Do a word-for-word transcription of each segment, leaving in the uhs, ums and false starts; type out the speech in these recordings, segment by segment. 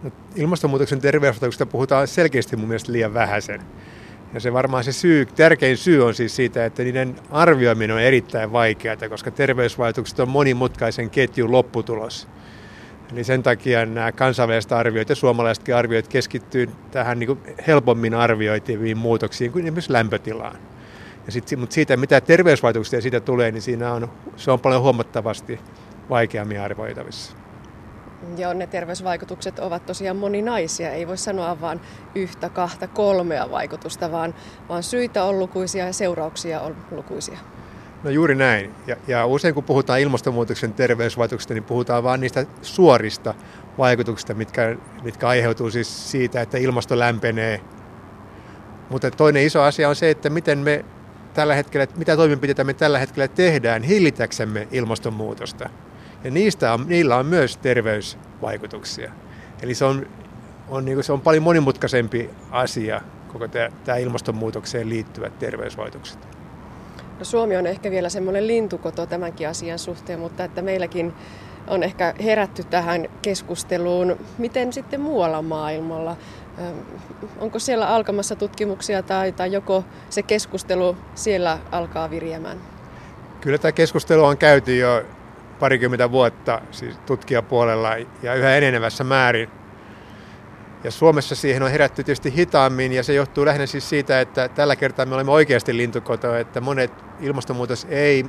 No, ilmastonmuutoksen terveysvaikutuksista puhutaan selkeästi mun mielestä liian vähäisen. Ja se varmaan se syy, tärkein syy on siis siitä, että niiden arvioiminen on erittäin vaikeaa, koska terveysvaikutukset on monimutkaisen ketjun lopputulos. Eli sen takia nämä kansainväliset arvioit ja suomalaisetkin arvioit keskittyy tähän niin kuin helpommin arvioitiviin muutoksiin kuin esimerkiksi lämpötilaan. Ja sit, mutta siitä, mitä terveysvaikutuksia siitä tulee, niin siinä on, se on paljon huomattavasti vaikeammin arvioitavissa. Joo, ne terveysvaikutukset ovat tosiaan moninaisia. Ei voi sanoa vain yhtä, kahta, kolmea vaikutusta, vaan, vaan syitä on lukuisia ja seurauksia on lukuisia. No juuri näin. Ja, ja usein kun puhutaan ilmastonmuutoksen terveysvaikutuksista, niin puhutaan vain niistä suorista vaikutuksista, mitkä, mitkä aiheutuu siis siitä, että ilmasto lämpenee. Mutta toinen iso asia on se, että miten me tällä hetkellä, mitä toimenpiteitä me tällä hetkellä tehdään hillitäksemme ilmastonmuutosta. Ja niistä on, niillä on myös terveysvaikutuksia. Eli se on, on, niin kuin se on paljon monimutkaisempi asia, koko tämä, tämä ilmastonmuutokseen liittyvät terveysvaikutukset. No, Suomi on ehkä vielä semmoinen lintukoto tämänkin asian suhteen, mutta että meilläkin on ehkä herätty tähän keskusteluun. Miten sitten muualla maailmalla? Onko siellä alkamassa tutkimuksia tai, tai joko se keskustelu siellä alkaa viriämään? Kyllä tämä keskustelu on käyty jo parikymmentä vuotta siis tutkijapuolella ja yhä enenevässä määrin. Ja Suomessa siihen on herätty tietysti hitaammin ja se johtuu lähinnä siis siitä, että tällä kertaa me olemme oikeasti lintukoto, että monet ilmastonmuutos ei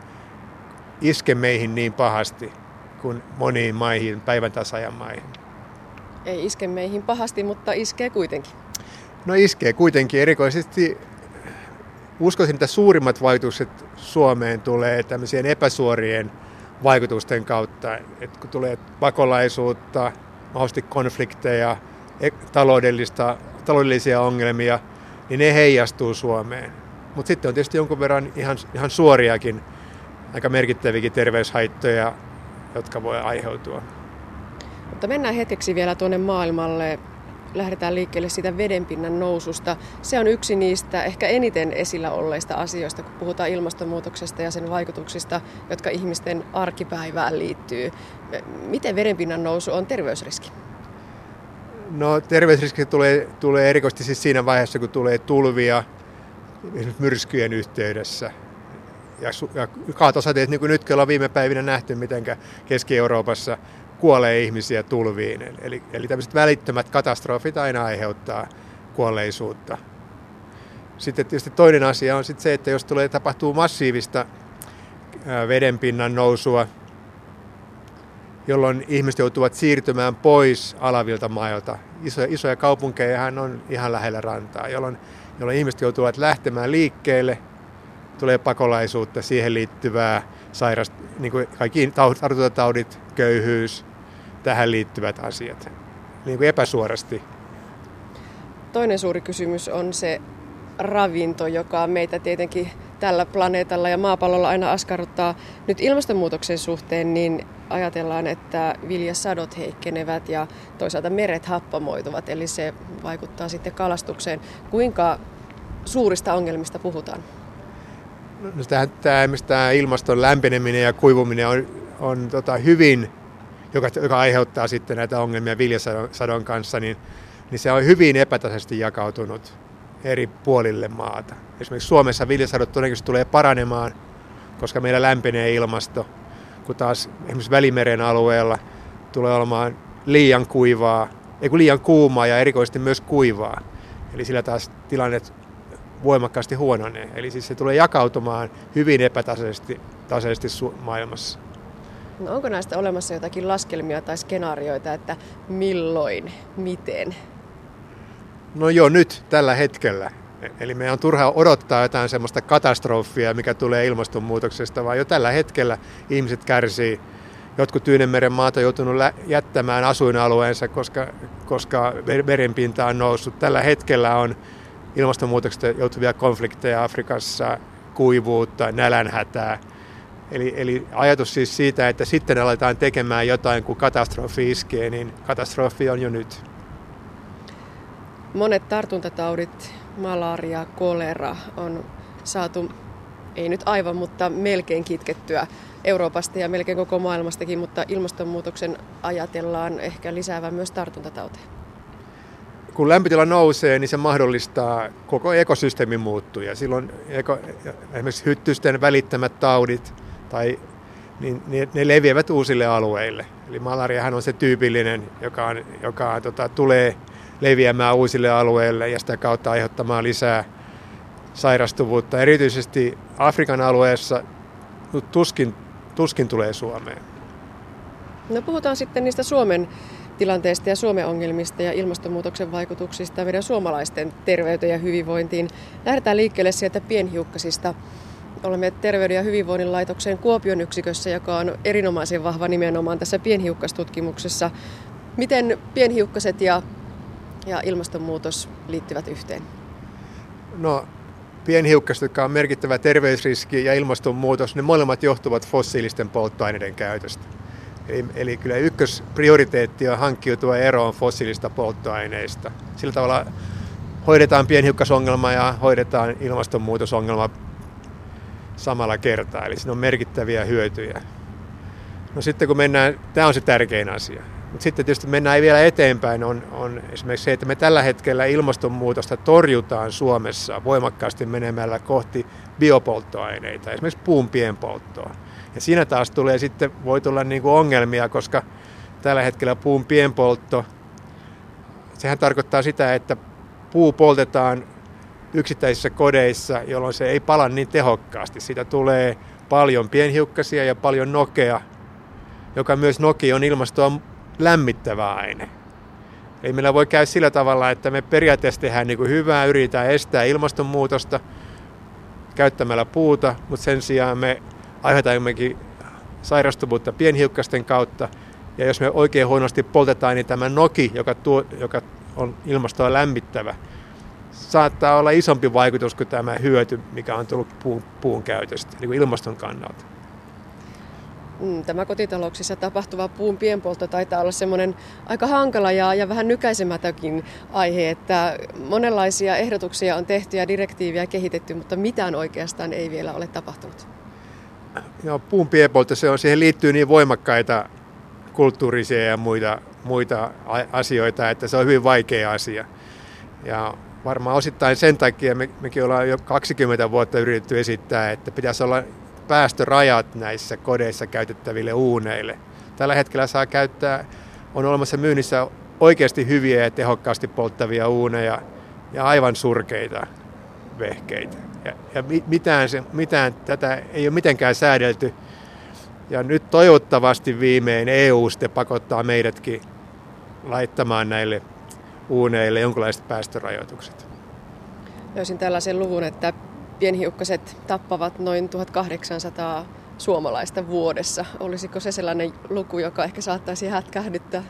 iske meihin niin pahasti kuin moniin maihin, päivän tasajan maihin. Ei iske meihin pahasti, mutta iskee kuitenkin. No iskee kuitenkin. Erikoisesti uskoisin, että suurimmat vaikutukset Suomeen tulee tämmöisien epäsuorien vaikutusten kautta. Et kun tulee pakolaisuutta, mahdollisesti konflikteja, taloudellista, taloudellisia ongelmia, niin ne heijastuu Suomeen. Mutta sitten on tietysti jonkun verran ihan, ihan suoriakin, aika merkittäviäkin terveyshaittoja, jotka voi aiheutua. Mutta mennään hetkeksi vielä tuonne maailmalle. Lähdetään liikkeelle siitä vedenpinnan noususta. Se on yksi niistä ehkä eniten esillä olleista asioista, kun puhutaan ilmastonmuutoksesta ja sen vaikutuksista, jotka ihmisten arkipäivään liittyy. Miten vedenpinnan nousu on terveysriski? No terveysriski tulee, tulee erikoisesti siis siinä vaiheessa, kun tulee tulvia esimerkiksi myrskyjen yhteydessä. Ja, ja kaatosateet, niin kuin nyt ollaan viime päivinä nähty, miten Keski-Euroopassa kuolee ihmisiä tulviin. Eli, eli tämmöiset välittömät katastrofit aina aiheuttaa kuolleisuutta. Sitten tietysti toinen asia on sitten se, että jos tulee, tapahtuu massiivista vedenpinnan nousua, jolloin ihmiset joutuvat siirtymään pois alavilta mailta. Isoja, isoja kaupunkejahan on ihan lähellä rantaa, jolloin, jolloin ihmiset joutuvat lähtemään liikkeelle. Tulee pakolaisuutta, siihen liittyvää sairasta, niin kuin kaikki tartuntataudit, köyhyys, tähän liittyvät asiat, niin kuin epäsuorasti. Toinen suuri kysymys on se ravinto, joka meitä tietenkin tällä planeetalla ja maapallolla aina askarruttaa. Nyt ilmastonmuutoksen suhteen niin ajatellaan, että viljasadot heikkenevät ja toisaalta meret happamoituvat, eli se vaikuttaa sitten kalastukseen. Kuinka suurista ongelmista puhutaan? No, tämä, tämä ilmaston lämpeneminen ja kuivuminen on, on tota, hyvin, joka, joka aiheuttaa sitten näitä ongelmia viljasadon kanssa, niin, niin se on hyvin epätasaisesti jakautunut eri puolille maata. Esimerkiksi Suomessa viljasadot todennäköisesti tulee paranemaan, koska meillä lämpenee ilmasto, kun taas esimerkiksi Välimeren alueella tulee olemaan liian kuivaa, ei kun liian kuumaa ja erikoisesti myös kuivaa. Eli sillä taas tilanne voimakkaasti huononee. Eli siis se tulee jakautumaan hyvin epätasaisesti tasaisesti maailmassa. No onko näistä olemassa jotakin laskelmia tai skenaarioita, että milloin, miten? No jo nyt, tällä hetkellä. Eli meidän on turha odottaa jotain semmoista katastrofia, mikä tulee ilmastonmuutoksesta, vaan jo tällä hetkellä ihmiset kärsii. Jotkut Tyynenmeren maat on joutunut jättämään asuinalueensa, koska, koska merenpinta on noussut. Tällä hetkellä on ilmastonmuutoksesta joutuvia konflikteja Afrikassa, kuivuutta, nälänhätää. Eli, eli ajatus siis siitä, että sitten aletaan tekemään jotain, kun katastrofi iskee, niin katastrofi on jo nyt. Monet tartuntataudit, malaria, kolera on saatu ei nyt aivan, mutta melkein kitkettyä Euroopasta ja melkein koko maailmastakin, mutta ilmastonmuutoksen ajatellaan ehkä lisäävän myös tartuntatauteja. Kun lämpötila nousee, niin se mahdollistaa koko ekosysteemin muuttuja. Silloin eko, esimerkiksi hyttysten välittämät taudit, tai, niin, ne leviävät uusille alueille. Eli malariahan on se tyypillinen, joka, on, joka on, tota, tulee leviämään uusille alueille ja sitä kautta aiheuttamaan lisää sairastuvuutta. Erityisesti Afrikan alueessa tuskin, tuskin tulee Suomeen. No puhutaan sitten niistä Suomen tilanteesta ja Suomen ongelmista ja ilmastonmuutoksen vaikutuksista meidän suomalaisten terveyteen ja hyvinvointiin. Lähdetään liikkeelle sieltä pienhiukkasista. Olemme Terveyden ja hyvinvoinnin laitoksen Kuopion yksikössä, joka on erinomaisen vahva nimenomaan tässä pienhiukkastutkimuksessa. Miten pienhiukkaset ja, ja ilmastonmuutos liittyvät yhteen? No, pienhiukkaset, jotka on merkittävä terveysriski, ja ilmastonmuutos, ne molemmat johtuvat fossiilisten polttoaineiden käytöstä. Eli, eli kyllä ykkösprioriteetti on hankkiutua eroon fossiilista polttoaineista. Sillä tavalla hoidetaan pienhiukkasongelma ja hoidetaan ilmastonmuutosongelma samalla kertaa. Eli siinä on merkittäviä hyötyjä. No sitten kun mennään, tämä on se tärkein asia. Mutta sitten tietysti mennään vielä eteenpäin, on, on esimerkiksi se, että me tällä hetkellä ilmastonmuutosta torjutaan Suomessa voimakkaasti menemällä kohti biopolttoaineita, esimerkiksi puun pienpolttoa. Ja siinä taas tulee sitten, voi tulla niin kuin ongelmia, koska tällä hetkellä puun pienpoltto, sehän tarkoittaa sitä, että puu poltetaan yksittäisissä kodeissa, jolloin se ei pala niin tehokkaasti. Siitä tulee paljon pienhiukkasia ja paljon nokea, joka myös noki on ilmastoa lämmittävä aine. Eli meillä voi käydä sillä tavalla, että me periaatteessa tehdään niin kuin hyvää, yritetään estää ilmastonmuutosta käyttämällä puuta, mutta sen sijaan me aiheutammekin sairastuvuutta pienhiukkasten kautta. Ja jos me oikein huonosti poltetaan, niin tämä noki, joka, tuo, joka on ilmastoa lämmittävä, saattaa olla isompi vaikutus kuin tämä hyöty, mikä on tullut puun, puun käytöstä, niin kuin ilmaston kannalta. Tämä kotitalouksissa tapahtuva puun pienpoltto taitaa olla semmoinen aika hankala ja, ja vähän nykäisemätäkin aihe, että monenlaisia ehdotuksia on tehty ja direktiiviä kehitetty, mutta mitään oikeastaan ei vielä ole tapahtunut. Joo, puun pienpoltto, se on, siihen liittyy niin voimakkaita kulttuurisia ja muita, muita asioita, että se on hyvin vaikea asia. Ja varmaan osittain sen takia me, mekin ollaan jo kaksikymmentä vuotta yritetty esittää, että pitäisi olla päästörajat näissä kodeissa käytettäville uuneille. Tällä hetkellä saa käyttää, on olemassa myynnissä oikeasti hyviä ja tehokkaasti polttavia uuneja ja aivan surkeita vehkeitä. Ja, ja mitään, se, mitään tätä ei ole mitenkään säädelty. Ja nyt toivottavasti viimein E U sitten pakottaa meidätkin laittamaan näille uuneille jonkinlaiset päästörajoitukset. Löysin tällaisen luvun, että pienhiukkaset tappavat noin tuhatkahdeksansataa suomalaista vuodessa. Olisiko se sellainen luku, joka ehkä saattaisi hätkähdyttää?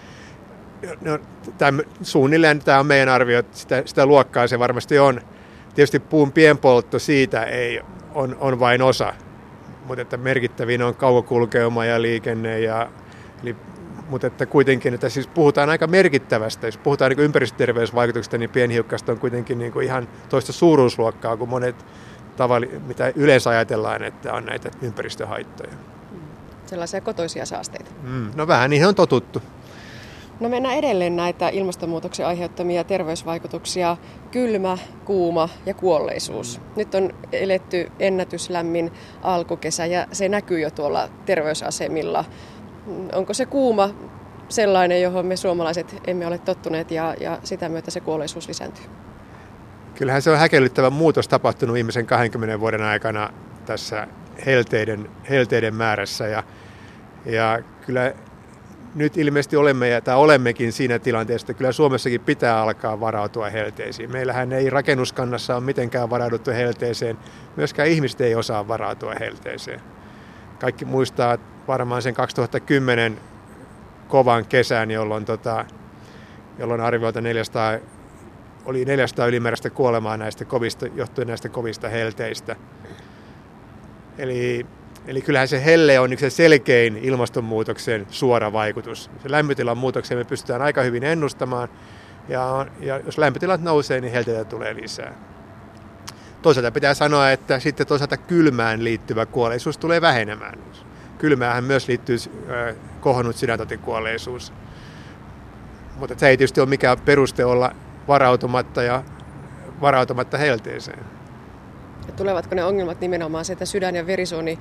No, tämän, suunnilleen tämä on meidän arvio, sitä, sitä luokkaa se varmasti on. Tietysti puun pienpoltto siitä ei, on, on vain osa, mutta että merkittävin on kaukokulkeuma ja liikenne. Ja, eli, mutta että kuitenkin, että siis puhutaan aika merkittävästä. Jos puhutaan niin ympäristöterveysvaikutuksista, niin pienhiukkasta on kuitenkin niin kuin ihan toista suuruusluokkaa kuin monet tavalli, mitä yleensä ajatellaan, että on näitä ympäristöhaittoja. Sellaisia kotoisia saasteita. Mm, no vähän niihin on totuttu. No mennään edelleen näitä ilmastonmuutoksen aiheuttamia terveysvaikutuksia. Kylmä, kuuma ja kuolleisuus. Nyt on eletty ennätyslämmin alkukesä ja se näkyy jo tuolla terveysasemilla. Onko se kuuma sellainen, johon me suomalaiset emme ole tottuneet ja, ja sitä myötä se kuolleisuus lisääntyy? Kyllähän se on häkellyttävä muutos tapahtunut viimeisen kahdenkymmenen vuoden aikana tässä helteiden, helteiden määrässä. Ja, ja kyllä nyt ilmeisesti olemme, tai olemmekin siinä tilanteessa, että kyllä Suomessakin pitää alkaa varautua helteisiin. Meillähän ei rakennuskannassa ole mitenkään varauduttu helteeseen, myöskään ihmiset ei osaa varautua helteeseen. Kaikki muistaa varmaan sen kaksituhattakymmenen kovan kesän, jolloin, tota, jolloin arviolta neljäsataa, oli neljäsataa ylimääräistä kuolemaa näistä kovista, johtuen näistä kovista helteistä. Eli, eli kyllähän se helle on se selkein ilmastonmuutoksen suora vaikutus. Se lämpötilan muutokseen me pystytään aika hyvin ennustamaan, ja, ja jos lämpötilat nousee, niin helteitä tulee lisää. toisaalta pitää sanoa, että sitten toisaalta kylmään liittyvä kuolleisuus tulee vähenemään. Kylmäähän myös liittyy kohonnut sydäntautikuolleisuus. Mutta se ei tietysti ole mikään peruste olla varautumatta ja varautumatta helteeseen. Ja tulevatko ne ongelmat nimenomaan sieltä sydän- ja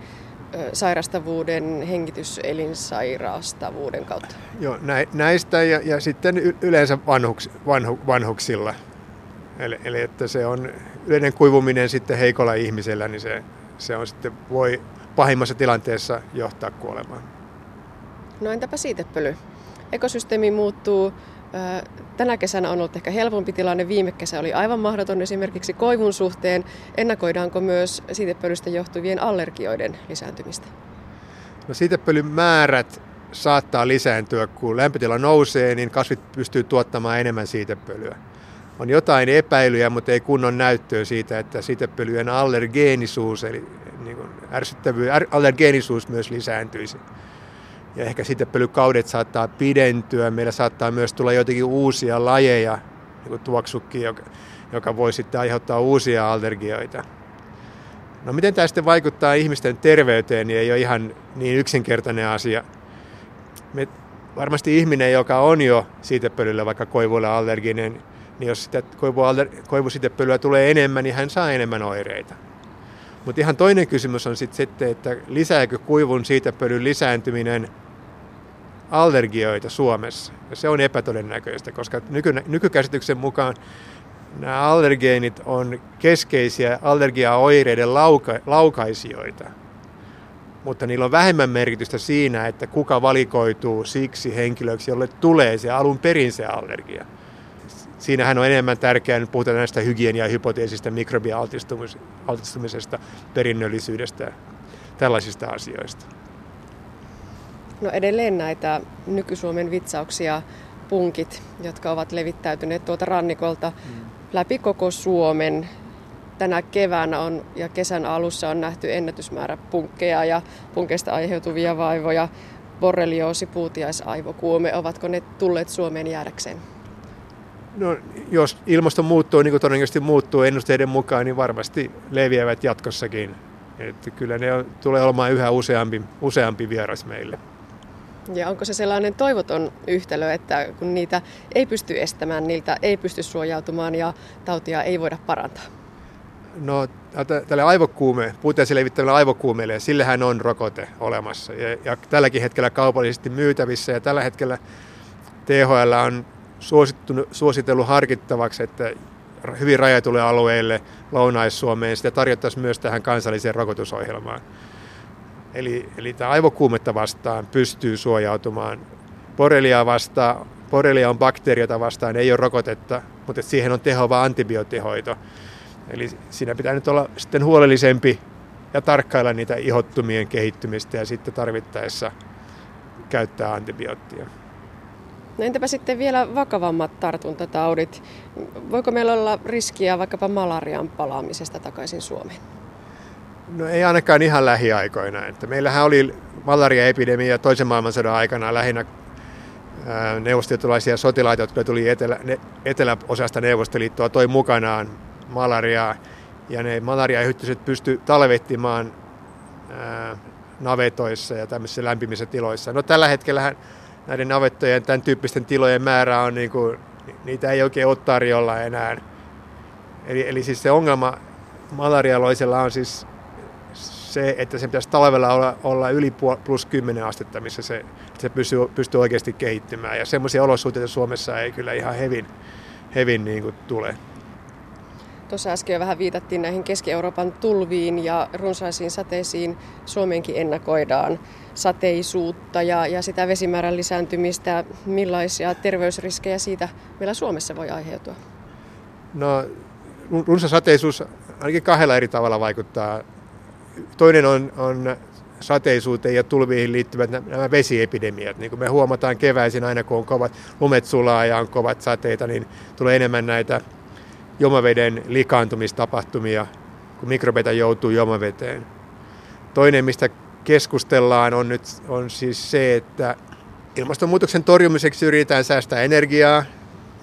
verisuonisairastavuuden, hengityselinsairastavuuden kautta? Joo, näistä ja, ja sitten yleensä vanhuks, vanhu, vanhuksilla. Eli, eli että se on yleinen kuivuminen sitten heikolla ihmisellä, niin se, se on sitten voi pahimmassa tilanteessa johtaa kuolemaan. No entäpä siitepöly? Ekosysteemi muuttuu. Tänä kesänä on ollut ehkä helpompi tilanne. Viime kesä oli aivan mahdoton esimerkiksi koivun suhteen. Ennakoidaanko myös siitepölystä johtuvien allergioiden lisääntymistä? No siitepölyn määrät saattaa lisääntyä, kun lämpötila nousee, niin kasvit pystyy tuottamaan enemmän siitepölyä. On jotain epäilyjä, mutta ei kunnon näyttöä siitä, että siitepölyjen allergeenisuus, eli niin kuin ärsyttävyys, allergeenisuus myös lisääntyisi. Ja ehkä siitepölykaudet saattaa pidentyä. Meillä saattaa myös tulla jotenkin uusia lajeja, niin kuin tuoksukki, joka, joka voi sitten aiheuttaa uusia allergioita. No miten tämä sitten vaikuttaa ihmisten terveyteen, niin ei ole ihan niin yksinkertainen asia. Me, varmasti ihminen, joka on jo siitepölyllä, vaikka koivuille allerginen, niin jos sitä koivusiitepölyä tulee enemmän, niin hän saa enemmän oireita. Mutta ihan toinen kysymys on sitten, että lisääkö kuivun siitepölyn lisääntyminen allergioita Suomessa. Ja se on epätodennäköistä, koska nyky, nykykäsityksen mukaan nämä allergeenit on keskeisiä allergiaoireiden lauka, laukaisijoita. Mutta niillä on vähemmän merkitystä siinä, että kuka valikoituu siksi henkilöksi, jolle tulee se alun perin se allergia. Siinähän on enemmän tärkeää, nyt puhutaan näistä hygienia-hypoteesista, mikrobia-altistumisesta, perinnöllisyydestä ja tällaisista asioista. No edelleen näitä nyky-Suomen vitsauksia, punkit, jotka ovat levittäytyneet tuolta rannikolta mm. läpi koko Suomen. Tänä keväänä on, ja kesän alussa on nähty ennätysmäärä punkkeja ja punkeista aiheutuvia vaivoja, borrelioosi, puutiaisaivokuume. Ovatko ne tulleet Suomeen jäädäkseen? No, jos ilmasto muuttuu, niin kuin todennäköisesti muuttuu ennusteiden mukaan, niin varmasti leviävät jatkossakin. Että kyllä ne on, tulee olemaan yhä useampi, useampi vieras meille. Ja onko se sellainen toivoton yhtälö, että kun niitä ei pysty estämään, niiltä ei pysty suojautumaan ja tautia ei voida parantaa? No tälle aivokuume, puutiaisen levittämällä aivokuumeelle, sillähän on rokote olemassa. Ja, ja tälläkin hetkellä kaupallisesti myytävissä ja tällä hetkellä T H L on suositellut harkittavaksi, että hyvin rajatulle alueille Lounais-Suomeen sitä tarjottaisiin myös tähän kansalliseen rokotusohjelmaan. Eli, eli tämä aivokuumetta vastaan pystyy suojautumaan. Borreliaa vastaan, borrelia on bakteeri, jota vastaan ei ole rokotetta, mutta siihen on tehova antibioottihoito. Eli siinä pitää nyt olla sitten huolellisempi ja tarkkailla niitä ihottumien kehittymistä ja sitten tarvittaessa käyttää antibioottia. No entäpä sitten vielä vakavammat tartuntataudit? Voiko meillä olla riskiä vaikkapa malarian palaamisesta takaisin Suomeen? No ei ainakaan ihan lähiaikoina. Että meillähän oli malariaepidemia toisen maailmansodan aikana lähinnä neuvostoliittolaisia sotilaita, jotka tuli etelä, ne, eteläosasta Neuvostoliittoa, toi mukanaan malariaa. Ja ne malariahyttyset pystyivät talvettimaan ää, navetoissa ja tämmöisissä lämpimissä tiloissa. No tällä hetkellähän näiden navettojen, tämän tyyppisten tilojen määrä on, niin kuin, niitä ei oikein ole tarjolla enää. Eli, eli siis se ongelma malarialoisella on siis se, että se pitäisi talvella olla, olla yli plus kymmenen astetta, missä se, se pystyy, pystyy oikeasti kehittymään. Ja semmoisia olosuhteita Suomessa ei kyllä ihan hevin, hevin niin kuin tule. Tuossa äsken jo vähän viitattiin näihin Keski-Euroopan tulviin ja runsaisiin sateisiin. Suomeenkin ennakoidaan sateisuutta ja, ja sitä vesimäärän lisääntymistä. Millaisia terveysriskejä siitä meillä Suomessa voi aiheutua? No, runsasateisuus ainakin kahdella eri tavalla vaikuttaa. Toinen on, on sateisuuteen ja tulviin liittyvät nämä vesiepidemiat. Niin kuin me huomataan keväisin aina, kun on kovat lumet sulaa ja on kovat sateita, niin tulee enemmän näitä juomaveden likaantumistapahtumia, kun mikrobeita joutuu juomaveteen. Toinen, mistä keskustellaan, on nyt on siis se, että ilmastonmuutoksen torjumiseksi yritetään säästää energiaa.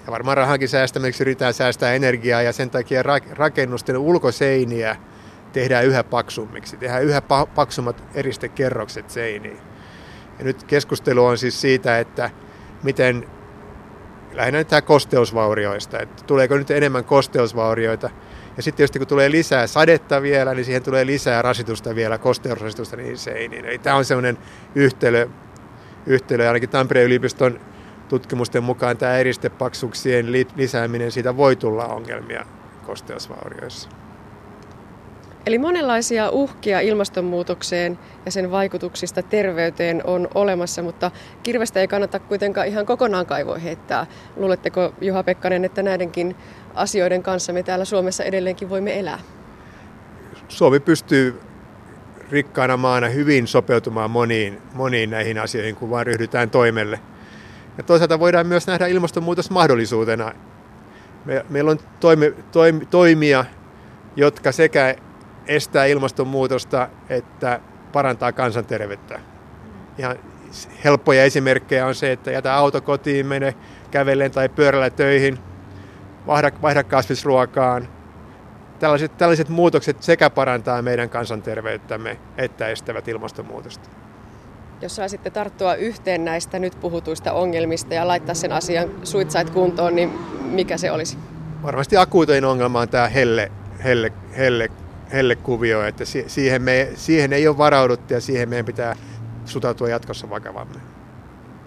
Ja varmaan rahankin säästämiseksi yritetään säästää energiaa ja sen takia rakennusten ulkoseiniä tehdään yhä paksummiksi. Tehdään yhä paksummat eristekerrokset seiniin. Ja nyt keskustelu on siis siitä, että miten, lähinnä nyt kosteusvaurioista, että tuleeko nyt enemmän kosteusvaurioita. Ja sitten tietysti kun tulee lisää sadetta vielä, niin siihen tulee lisää rasitusta vielä, kosteusrasitusta niihin seiniin. Eli tämä on sellainen yhtälö, yhtälö, ainakin Tampereen yliopiston tutkimusten mukaan tämä eristepaksuuksien lisääminen, siitä voi tulla ongelmia kosteusvaurioissa. Eli monenlaisia uhkia ilmastonmuutokseen ja sen vaikutuksista terveyteen on olemassa, mutta kirvestä ei kannata kuitenkaan ihan kokonaan kaivoon heittää. Luuletteko, Juha Pekkanen, että näidenkin asioiden kanssa me täällä Suomessa edelleenkin voimme elää? Suomi pystyy rikkaana maana hyvin sopeutumaan moniin, moniin näihin asioihin, kun vaan ryhdytään toimelle. Ja toisaalta voidaan myös nähdä ilmastonmuutos mahdollisuutena. Me, meillä on toimi, toimi, toimia, jotka sekä estää ilmastonmuutosta että parantaa kansanterveyttä. Ihan helppoja esimerkkejä on se, että jätä auto kotiin, mene kävellen tai pyörällä töihin, vaihda, vaihda kasvisruokaan. Tällaiset, tällaiset muutokset sekä parantaa meidän kansanterveyttämme että estävät ilmastonmuutosta. Jos saisitte tarttua yhteen näistä nyt puhutuista ongelmista ja laittaa sen asian suitsait kuntoon, niin mikä se olisi? Varmasti akuutein ongelma on tämä helle, helle, helle, hellekuvio, että siihen, me, siihen ei ole varauduttu ja siihen meidän pitää sutautua jatkossa vakavammin.